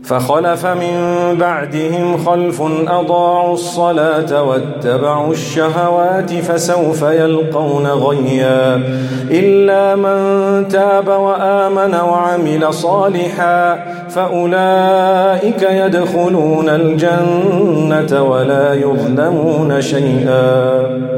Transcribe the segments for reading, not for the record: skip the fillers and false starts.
فخلف من بعدهم خلف أضاعوا الصلاة واتبعوا الشهوات فسوف يلقون غيا إلا من تاب وآمن وعمل صالحا فأولئك يدخلون الجنة ولا يظلمون شيئا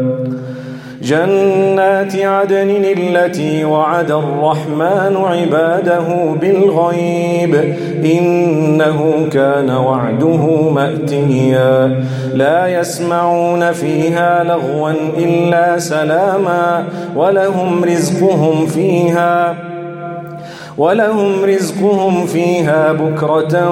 جنات عدن التي وعد الرحمن عباده بالغيب إنه كان وعده مأتيا لا يسمعون فيها لغوا إلا سلاما ولهم رزقهم فيها بكرة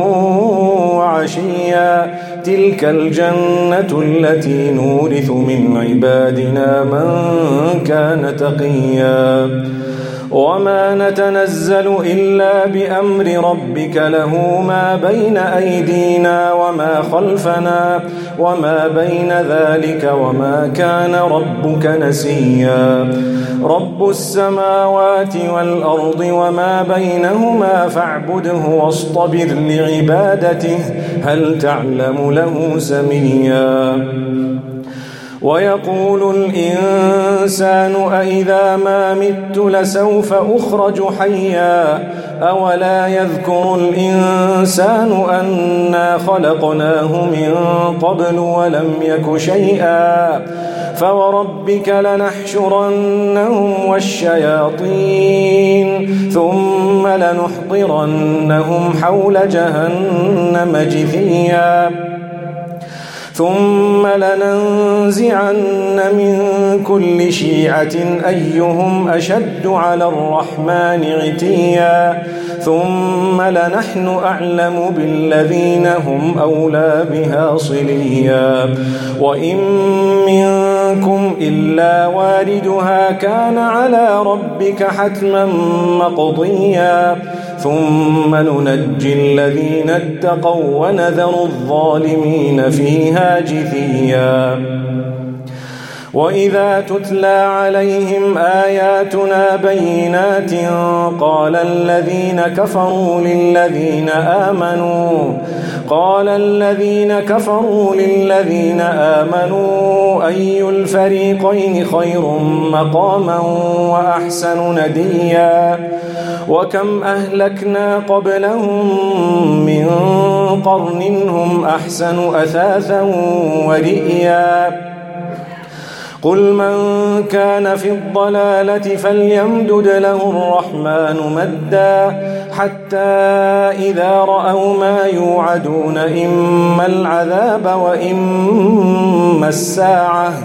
وعشيا تلك الجنة التي نورث من عبادنا من كان تقيا وما نتنزل إلا بأمر ربك له ما بين أيدينا وما خلفنا وما بين ذلك وما كان ربك نسيا رب السماوات والأرض وما بينهما فاعبده واصطبر لعبادته هل تعلم له سميا ويقول الإنسان أإذا ما مت لسوف أخرج حيا أولا يذكر الإنسان أنا خلقناه من قبل ولم يك شيئا فوربك لنحشرنهم والشياطين ثم لنحضرنهم حول جهنم جثيا ثم لننزعن من كل شيعة أيهم أشد على الرحمن عتيا ثم لنحن أعلم بالذين هم أولى بها صليا وإن منكم إلا واردها كان على ربك حتما مقضيا ثم ننجي الذين اتقوا ونذر الظالمين فيها جثيا وإذا تتلى عليهم آياتنا بينات قال الذين كفروا للذين آمنوا أي الفريقين خير مقاما وأحسن نديا وكم أهلكنا قبلهم من قرن هم أحسن أثاثا ورئيا قل من كان في الضلالة فليمدد له الرحمن مدا حتى إذا رأوا ما يوعدون إما العذاب وإما الساعة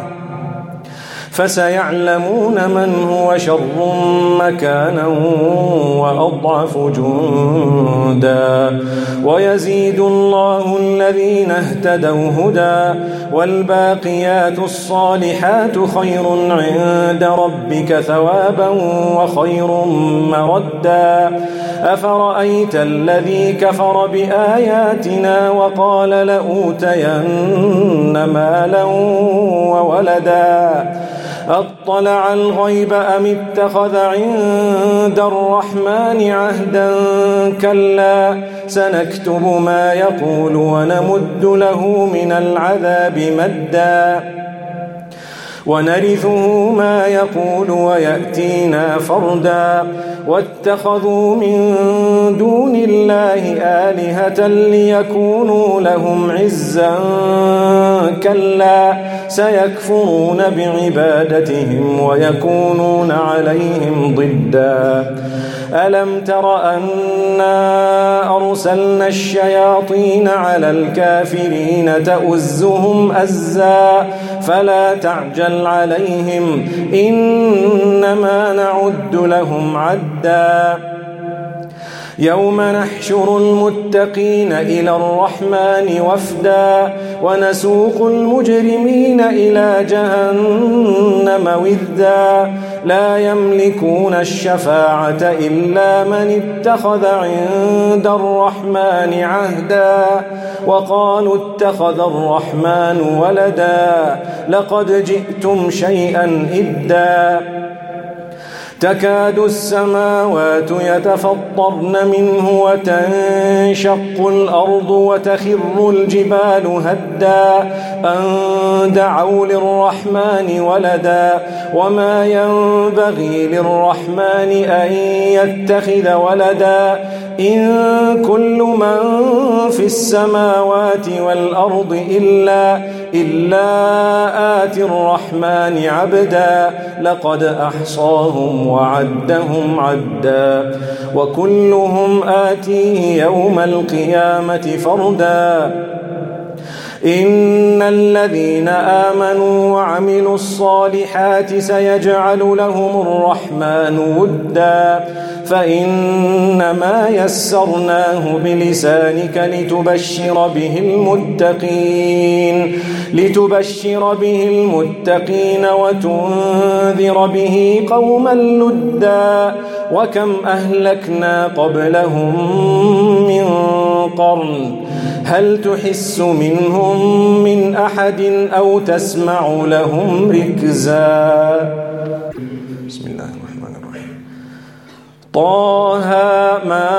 فسيعلمون من هو شر مكانا وأضعف جندا ويزيد الله الذين اهتدوا هدى والباقيات الصالحات خير عند ربك ثوابا وخير مردا أفرأيت الذي كفر بآياتنا وقال لأوتين مالا وولدا أطلع الغيب أم اتخذ عند الرحمن عهدا كلا سنكتب ما يقول ونمد له من العذاب مدا ونرثه ما يقول ويأتينا فردا واتخذوا من دون الله آلهة ليكونوا لهم عزا كلا سيكفرون بعبادتهم ويكونون عليهم ضدا ألم تر أنا أرسلنا الشياطين على الكافرين تؤزهم أزا فلا تعجل عليهم إنما نعد لهم عدا يوم نحشر المتقين إلى الرحمن وفدا ونسوق المجرمين إلى جهنم ودا لا يملكون الشفاعة إلا من اتخذ عند الرحمن عهدا وقالوا اتخذ الرحمن ولدا لقد جئتم شيئا إدا تكاد السماوات يتفطرن منه وتنشق الأرض وتخر الجبال هدا أن دعوا للرحمن ولدا وما ينبغي للرحمن أن يتخذ ولدا إن كل من في السماوات والأرض إلا آتي الرحمن عبدا لقد أحصاهم وعدهم عدا وكلهم آتيه يوم القيامة فردا إن الذين آمنوا وعملوا الصالحات سيجعل لهم الرحمن ودا فإنما يسرناه بلسانك لتبشر به المتقين وتنذر به قوما لدا وكم أهلكنا قبلهم من قرن هل تحس منهم من أحد أو تسمع لهم ركزا بسم الله الرحمن الرحيم طه ما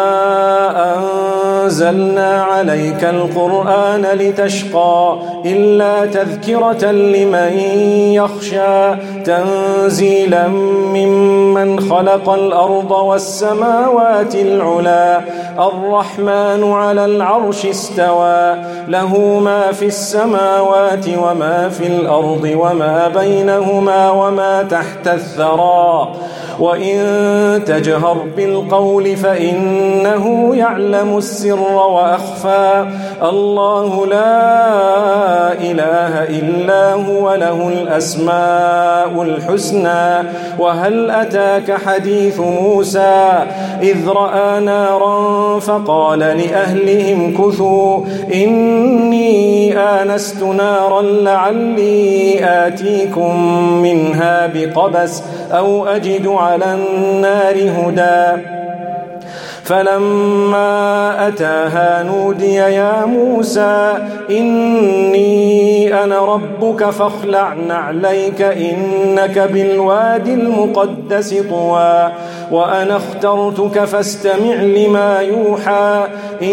أنزلنا عليك القرآن لتشقى إلا تذكرة لمن يخشى تنزيلا ممن خلق الأرض والسماوات العلا الرحمن على العرش استوى له ما في السماوات وما في الأرض وما بينهما وما تحت الثرى وإن تجهر بالقول فإنه يعلم السر وأخفى الله لا إله إلا هو له الأسماء الحسنى وهل أتاك حديث موسى إذ رأى نارا فقال لأهلهم كثوا إني آنست نارا لعلي آتيكم منها بقبس أو أجد على النار هدى فلما أتاها نودي يا موسى إني أنا ربك فاخلع نعليك إنك بالوادي المقدس طوى وأنا اخترتك فاستمع لما يوحى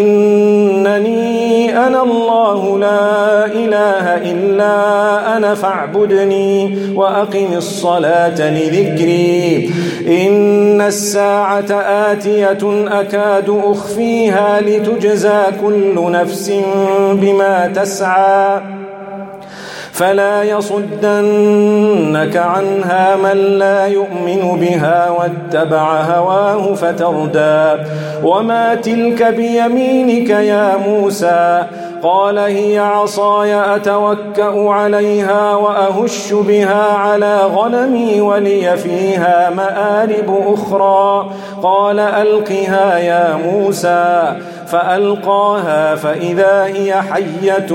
إنني أنا الله لا إله إلا أنا فاعبدني وأقم الصلاة لذكري إن الساعة آتية أكاد أخفيها لتجزى كل نفس بما تسعى فلا يصدنك عنها من لا يؤمن بها واتبع هواه فتردى وما تلك بيمينك يا موسى قال هي عصاي أتوكأ عليها وأهش بها على غنمي ولي فيها مآرب أخرى قال ألقها يا موسى فألقاها فإذا هي حية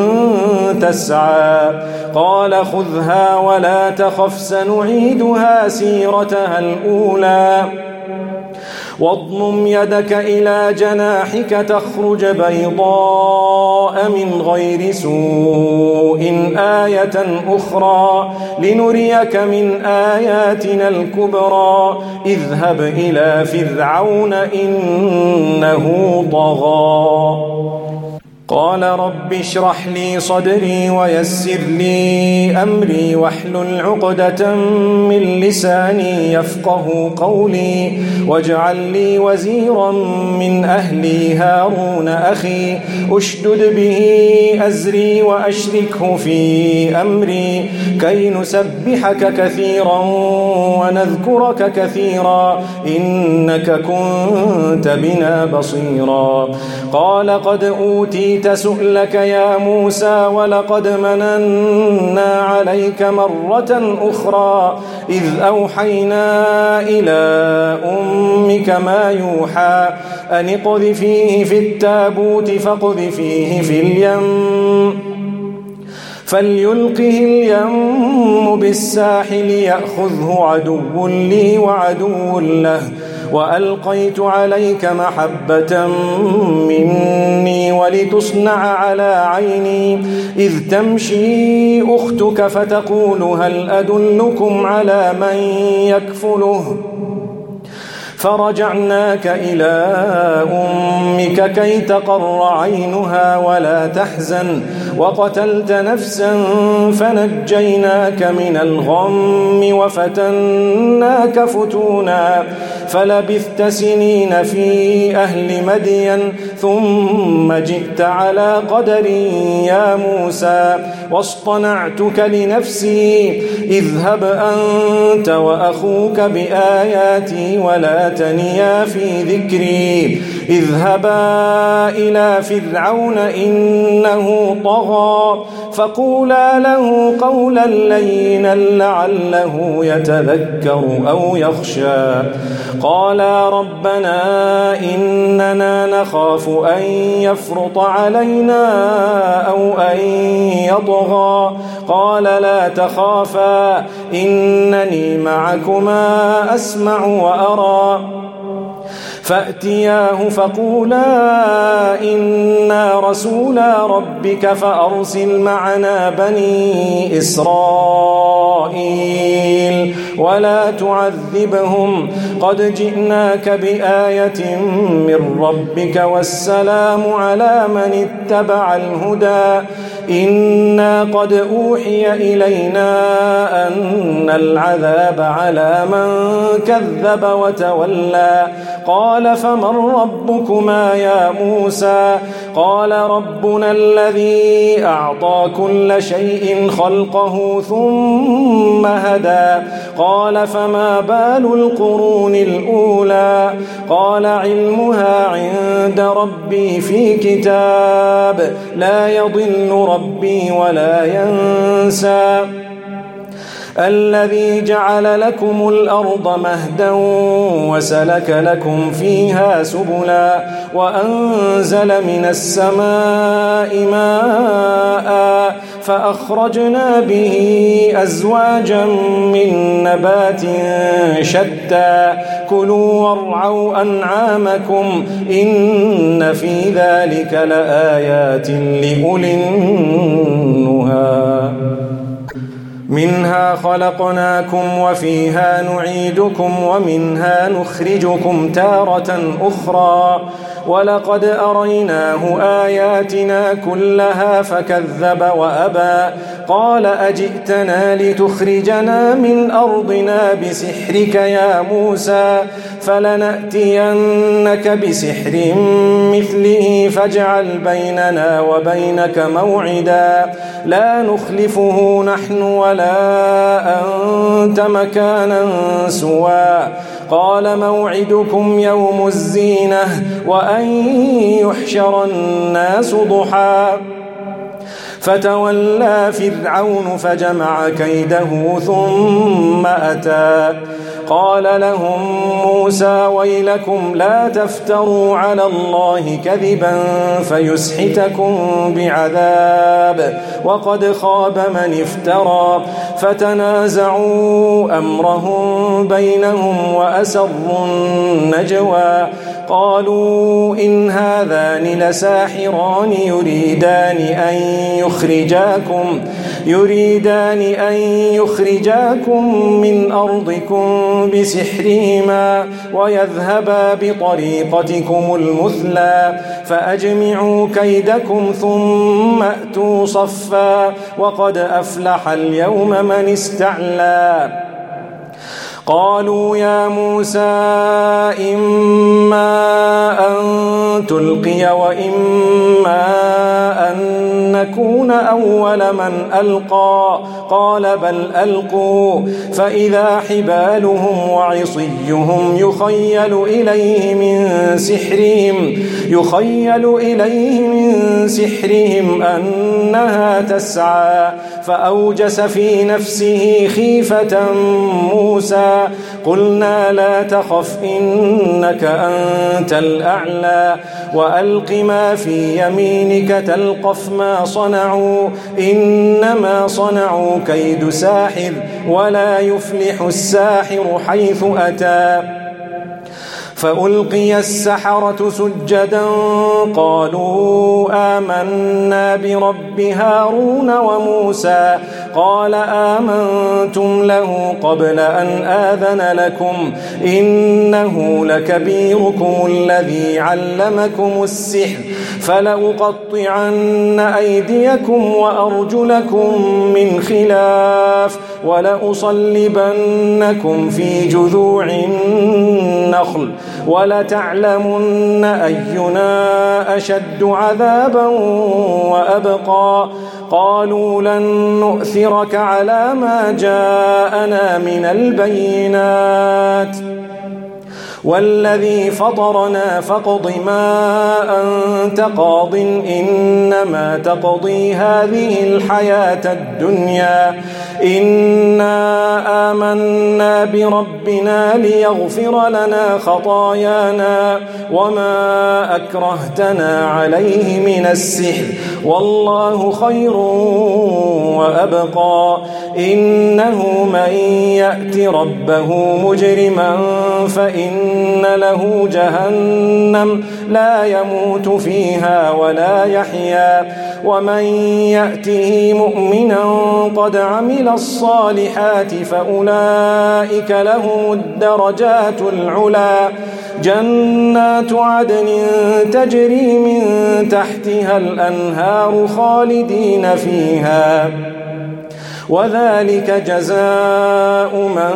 تسعى قال خذها ولا تخف سنعيدها سيرتها الأولى واضمم يدك إلى جناحك تخرج بيضاء من غير سوء آية أخرى لنريك من آياتنا الكبرى اذهب إلى فرعون إنه طغى قال رب اشرح لي صدري ويسر لي أمري واحلل عقدة من لساني يفقه قولي واجعل لي وزيرا من أهلي هارون أخي أشدد به أزري وأشركه في أمري كي نسبحك كثيرا ونذكرك كثيرا إنك كنت بنا بصيرا قال قد أوتيت سؤلك يا موسى ولقد مننا عليك مرة أخرى إذ أوحينا إلى أمك ما يوحى أن اقذفيه في التابوت فاقذفيه في اليم فليلقه اليم بالساحل يأخذه عدو لي وعدو له وألقيت عليك محبة مني ولتصنع على عيني إذ تمشي أختك فتقول هل أدلكم على من يكفله فرجعناك إلى أمك كي تقر عينها ولا تحزن وقتلت نفسا فنجيناك من الغم وفتناك فتونا فلبثت سنين في أهل مدين ثم جئت على قدر يا موسى واصطنعتك لنفسي اذهب أنت وأخوك بآياتي ولا تنيا في ذكري اذهبا إلى فرعون إنه طغى فقولا له قولا لينا لعله يتذكر أو يخشى قالا ربنا إننا نخاف أن يفرط علينا أو أن يطغى قال لا تخافا إنني معكما أسمع وأرى فأتياه فقولا إنا رسولا ربك فأرسل معنا بني إسرائيل ولا تعذبهم قد جئناك بآية من ربك والسلام على من اتبع الهدى إنا قد أوحي إلينا أن العذاب على من كذب وتولى قال فمن ربكما يا موسى قال ربنا الذي أعطى كل شيء خلقه ثم هدى قال فما بال القرون الأولى قال علمها عند ربي في كتاب لا يضل ربي ولا ينسى الذي جعل لكم الأرض مهدا وسلك لكم فيها سبلا وأنزل من السماء ماء فأخرجنا به أزواجا من نبات شتى كلوا وارعوا أنعامكم إن في ذلك لآيات لأولي النهى منها خلقناكم وفيها نعيدكم ومنها نخرجكم تارة أخرى ولقد أريناه آياتنا كلها فكذب وأبى قال أجئتنا لتخرجنا من أرضنا بسحرك يا موسى فلنأتينك بسحر مثله فاجعل بيننا وبينك موعدا لا نخلفه نحن ولا أنت مكانا سوى قال موعدكم يوم الزينة وأن يحشر الناس ضحى فتولى فرعون فجمع كيده ثم أتى قال لهم موسى ويلكم لا تفتروا على الله كذبا فيسحتكم بعذاب وقد خاب من افترى فتنازعوا أمرهم بينهم وأسروا النجوى قالوا إن هذان لساحران يريدان أن يخرجاكم من أرضكم بسحرهما ويذهبا بطريقتكم المثلى فأجمعوا كيدكم ثم أتوا صفا وقد أفلح اليوم من استعلى قالوا يا موسى إما أن تلقي وإما أن نكون أول من ألقى قال بل ألقوا فإذا حبالهم وعصيهم يخيل إليه من سحرهم أنها تسعى فأوجس في نفسه خيفة موسى قلنا لا تخف إنك أنت الأعلى وألق ما في يمينك تلقف ما صنعوا إنما صنعوا كيد ساحر ولا يفلح الساحر حيث أتى فألقي السحرة سجدا قالوا آمنا برب هارون وموسى قال آمنتم له قبل أن آذن لكم إنه لكبيركم الذي علمكم السحر فلأقطعن أيديكم وأرجلكم من خلاف ولأصلبنكم في جذوع النخل ولتعلمن أينا أشد عذابا وأبقى قالوا لن نؤثرك على ما جاءنا من البينات والذي فطرنا فاقض ما أنت قاض إنما تقضي هذه الحياة الدنيا إنا آمنا بربنا ليغفر لنا خطايانا وما أكرهتنا عليه من السحر والله خير وأبقى إنه من يأت ربه مجرما فإن له جهنم لا يموت فيها ولا يحيا ومن يأته مؤمنا قد عمل الصالحات فأولئك لهم الدرجات العلى جنات عدن تجري من تحتها الأنهار خالدين فيها وذلك جزاء من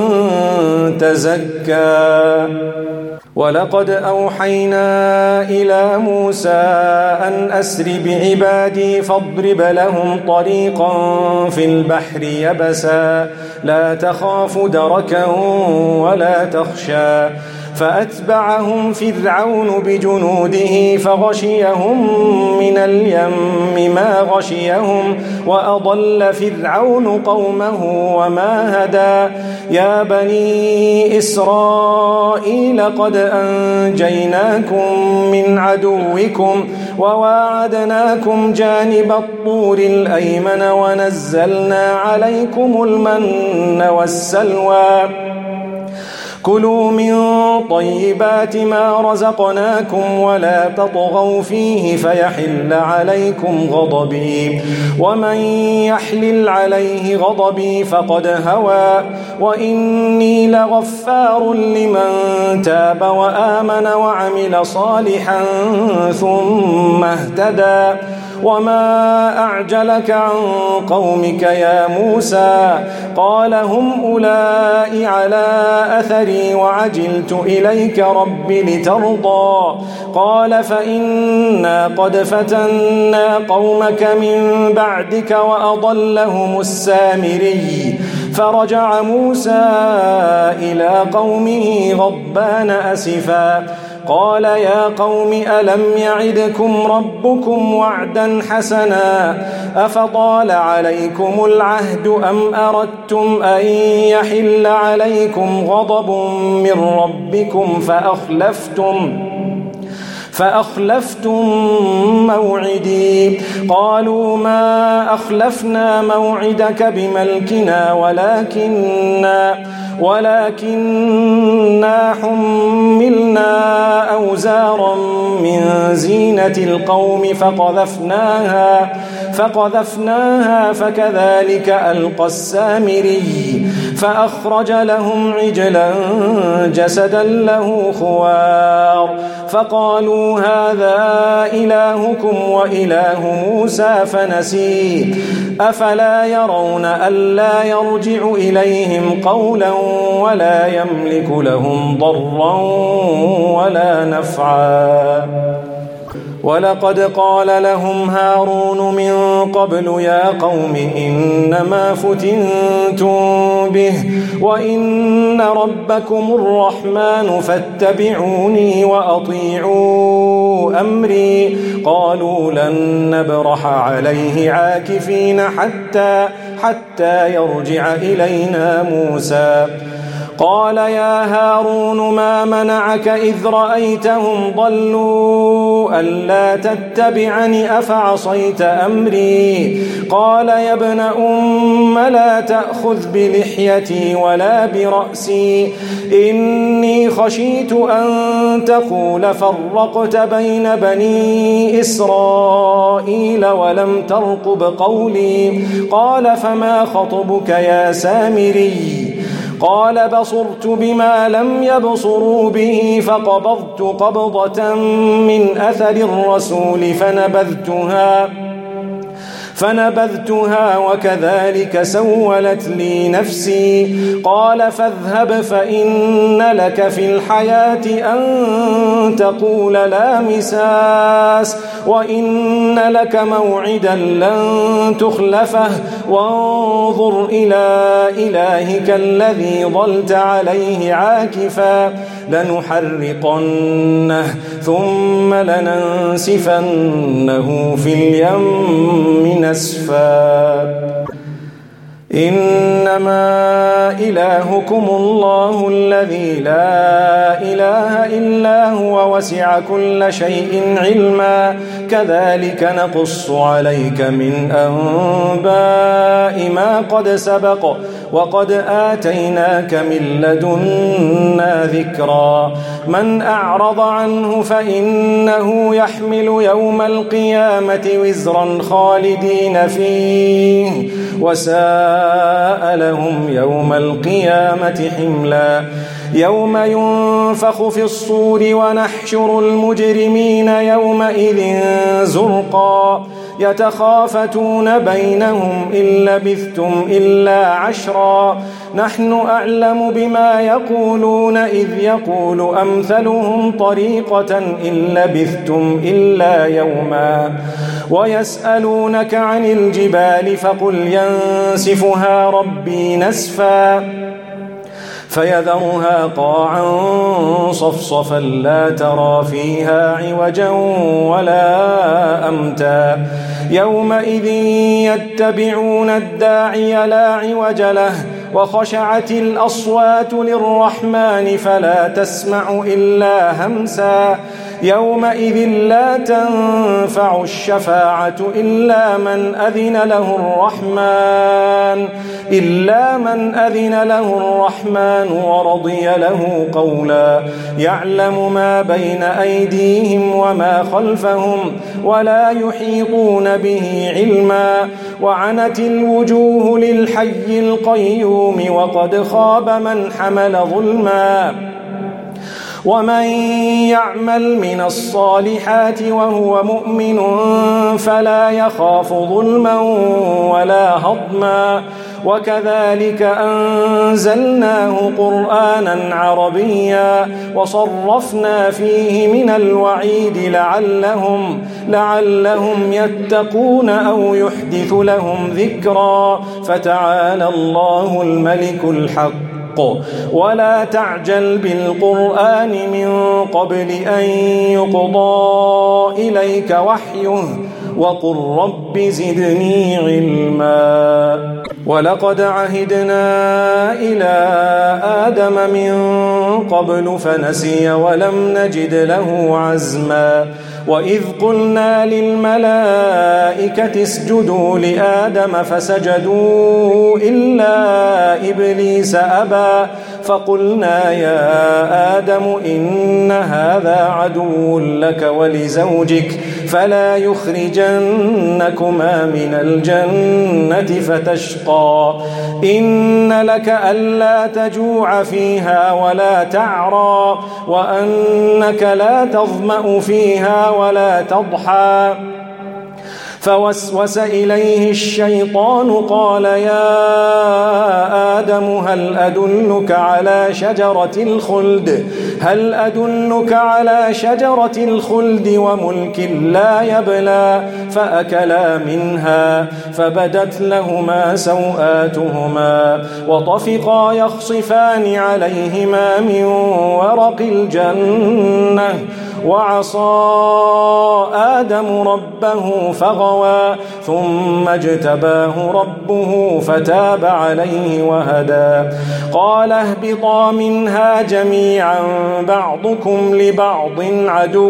تزكى ولقد أوحينا إلى موسى أن أسر بعبادي فاضرب لهم طريقا في البحر يبسا لا تخاف دركا ولا تخشى فأتبعهم فرعون بجنوده فغشيهم من اليم ما غشيهم وأضل فرعون قومه وما هدى يا بني إسرائيل قد أنجيناكم من عدوكم وواعدناكم جانب الطور الأيمن ونزلنا عليكم المن والسلوى كلوا من طيبات ما رزقناكم ولا تطغوا فيه فيحل عليكم غضبي ومن يحلل عليه غضبي فقد هوى وإني لغفار لمن تاب وآمن وعمل صالحا ثم اهتدى وما أعجلك عن قومك يا موسى قال هم أولئك على أثري وعجلت إليك رب لترضى قال فإنا قد فتنا قومك من بعدك وأضلهم السامري فرجع موسى إلى قومه غضبان أسفا قال يا قوم ألم يعدكم ربكم وعدا حسنا أفطال عليكم العهد أم أردتم أن يحل عليكم غضب من ربكم فأخلفتم موعدي قالوا ما أخلفنا موعدك بملكنا ولكننا حملنا أوزارا من زينة القوم فقذفناها فكذلك ألقى السامري فأخرج لهم عجلا جسدا له خوار فقالوا هذا إلهكم وإله موسى فنسيه أفلا يرون ألا يرجع إليهم قولا ولا يملك لهم ضرا ولا نفعا ولقد قال لهم هارون من قبل يا قوم إنما فتنتم به وإن ربكم الرحمن فاتبعوني وأطيعوا أمري قالوا لن نبرح عليه عاكفين حتى يرجع إلينا موسى قال يا هارون ما منعك إذ رأيتهم ضلوا ألا تتبعني أفعصيت أمري قال يا ابن أم لا تأخذ بلحيتي ولا برأسي إني خشيت أن تقول فرقت بين بني إسرائيل ولم ترقب قولي قال فما خطبك يا سامري قال بصرت بما لم يبصروا به فقبضت قبضة من أثر الرسول فنبذتها وكذلك سولت لي نفسي قال فاذهب فإن لك في الحياة أن تقول لا مساس وإن لك موعدا لن تخلفه وانظر إلى إلهك الذي ظلت عليه عاكفا لنحرقنه ثم لننسفنه في اليم نسفا إنما إلهكم الله الذي لا إله إلا هو وسع كل شيء علما كذلك نقص عليك من أنباء ما قد سبق وقد آتيناك من لدنا ذكرا من أعرض عنه فإنه يحمل يوم القيامة وزرا خالدين فيه وساء لهم يوم القيامة حملا يوم ينفخ في الصور ونحشر المجرمين يومئذ زرقا يتخافتون بينهم إن لبثتم إلا عشرا نحن أعلم بما يقولون إذ يقول أمثلهم طريقة إن لبثتم إلا يوما ويسألونك عن الجبال فقل ينسفها ربي نسفا فيذرها قاعا صفصفا لا ترى فيها عوجا ولا أمتا يومئذ يتبعون الداعي لا عوج له وخشعت الأصوات للرحمن فلا تسمع إلا همسا يومئذ لا تنفع الشفاعة إلا من أذن له الرحمن ورضي له قولا يعلم ما بين أيديهم وما خلفهم ولا يحيطون به علما وعنت الوجوه للحي القيوم وقد خاب من حمل ظلما ومن يعمل من الصالحات وهو مؤمن فلا يخاف ظلما ولا هضما وكذلك أنزلناه قرآنا عربيا وصرفنا فيه من الوعيد لعلهم يتقون أو يحدث لهم ذكرا فتعالى الله الملك الحق ولا تعجل بالقرآن من قبل أن يقضى إليك وحيه وقل رب زدني علما ولقد عهدنا إلى آدم من قبل فنسي ولم نجد له عزما وإذ قلنا للملائكة اسجدوا لآدم فسجدوا إلا إبليس أبى فقلنا يا آدم إن هذا عدو لك ولزوجك فلا يخرجنكما من الجنة فتشقى إن لك ألا تجوع فيها ولا تعرى وأنك لا تظمأ فيها ولا تضحى فوسوس إليه الشيطان قال يا آدم هل أدلك على شجرة الخلد وملك لا يبلى فأكلا منها فبدت لهما سوآتهما وطفقا يخصفان عليهما من ورق الجنة وعصى آدم ربه فغوى ثم اجتباه ربه فتاب عليه وهدى قال اهبطا منها جميعا بعضكم لبعض عدو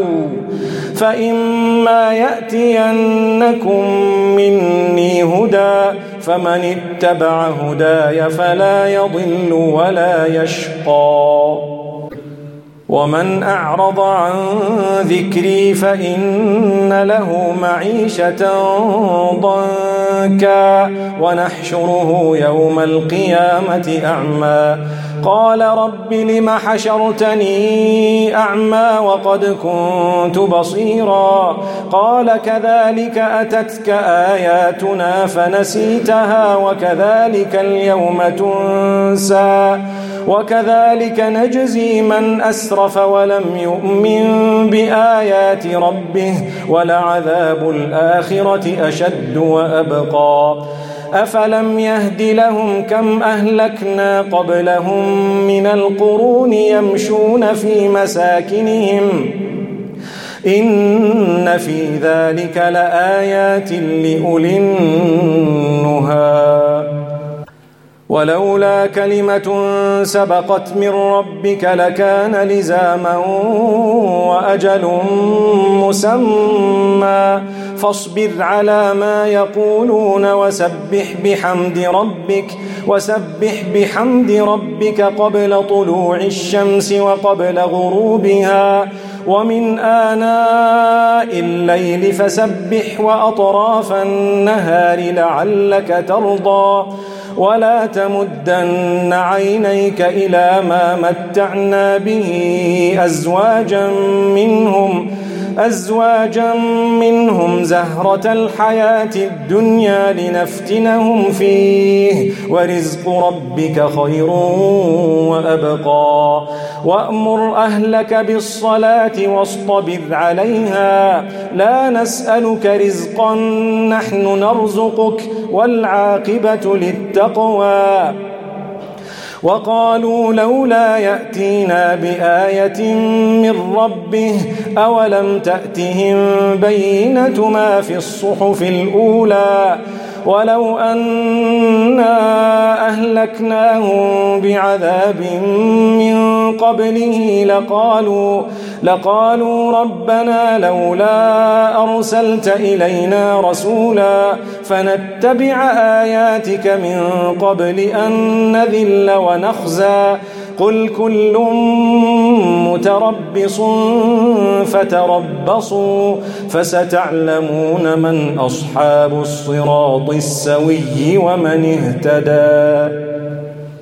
فإما يأتينكم مني هدى فمن اتبع هداي فلا يضل ولا يشقى ومن أعرض عن ذكري فإن له معيشة ضنكا ونحشره يوم القيامة أعمى قال رب لم حشرتني أعمى وقد كنت بصيرا قال كذلك أتتك آياتنا فنسيتها وكذلك اليوم تنسى وكذلك نجزي من أسرف ولم يؤمن بآيات ربه ولعذاب الآخرة أشد وأبقى أفلم يهد لهم كم أهلكنا قبلهم من القرون يمشون في مساكنهم إن في ذلك لآيات لأولي النهى ولولا كلمة سبقت من ربك لكان لزاما وأجل مسمى فاصبر على ما يقولون وسبح بحمد ربك قبل طلوع الشمس وقبل غروبها ومن آناء الليل فسبح وأطراف النهار لعلك ترضى ولا تمدن عينيك إلى ما متعنا به أزواجا منهم زهرة الحياة الدنيا لنفتنهم فيه ورزق ربك خير وأبقى وأمر أهلك بالصلاة واصطبر عليها لا نسألك رزقا نحن نرزقك والعاقبة للتقوى وقالوا لولا يأتينا بآية من ربه أولم تأتهم بينة ما في الصحف الأولى ولو أنا أهلكناهم بعذاب من قبله لقالوا ربنا لولا أرسلت إلينا رسولا فنتبع آياتك من قبل أن نذل ونخزى قل كل متربص فتربصوا فستعلمون من أصحاب الصراط السوي ومن اهتدى